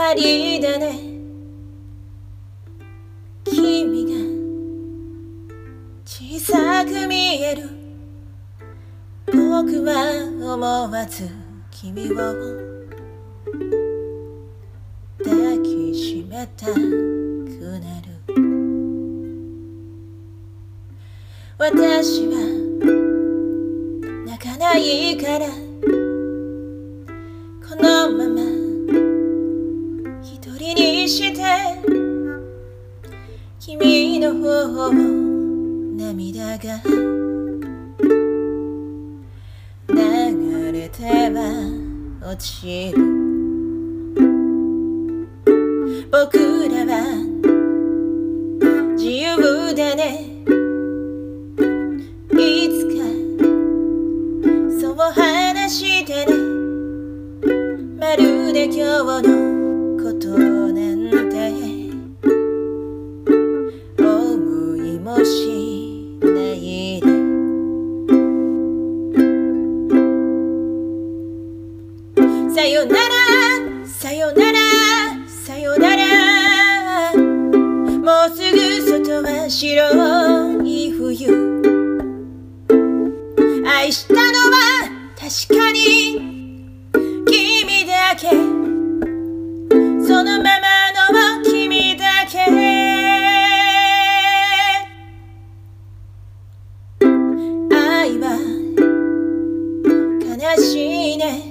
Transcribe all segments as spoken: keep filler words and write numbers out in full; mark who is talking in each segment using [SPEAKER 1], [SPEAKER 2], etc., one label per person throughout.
[SPEAKER 1] わりだね。君が小さく見える。僕は思わず君を抱きしめたくなる。私は泣かないからこのまま一人にして君の方を涙が流れては落ちる。僕らは自由だね。いつかそう話してね。まるで今日のことなんて思いもしないで。さよならさよならさよなら。もうすぐ外は白い冬。愛したのは確かに君だけ。そのままの君だけ。愛は悲しいね。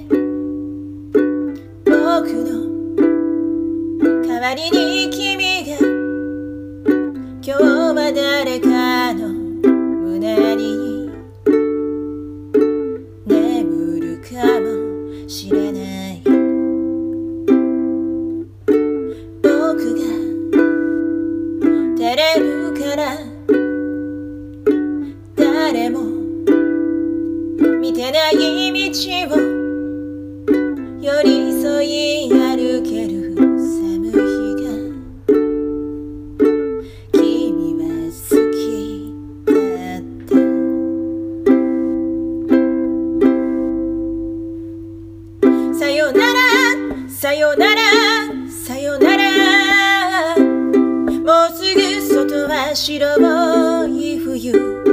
[SPEAKER 1] 僕の代わりに君が今日は誰かの胸に眠るかもしれない。僕が照れるから誰も見てない道を寄り添い歩ける寒い日が君は好きだった。さよならさよならさよなら。もうすぐ外は白い冬。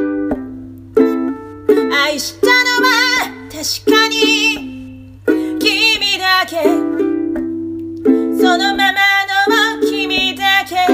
[SPEAKER 1] 愛したのは確かに君だけ。そのままの君だけ。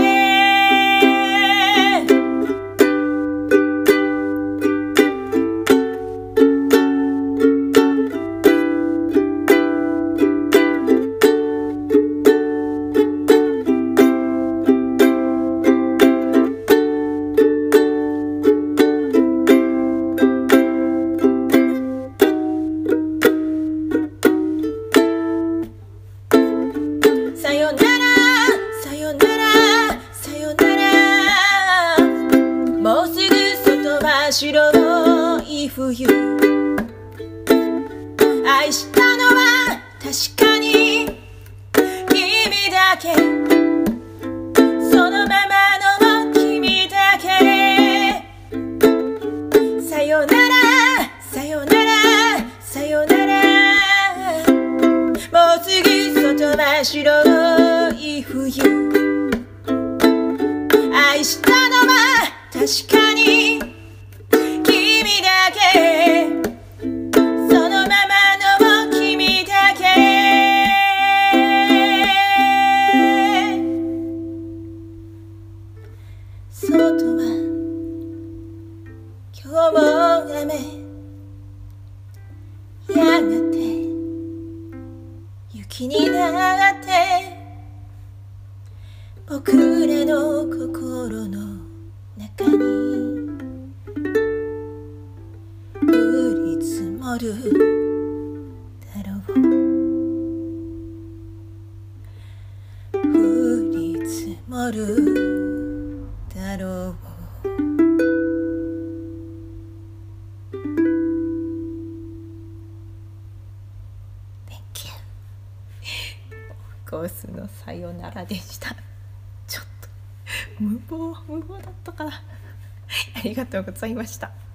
[SPEAKER 1] さよならさよならさよなら。もうすぐ外は白い冬。愛したのは確かに君だけ。そのままの君だけ。さよならさよならさよなら。もうすぐ外は白い冬。愛したのは確かに君だけ。そのままの君だけ。外は今日も雨。やがて雪になって僕らの心の中に降り積もるだろう。降り積もるだろう。コースのさよならでした。ちょっと無謀無謀だったかな。ありがとうございました。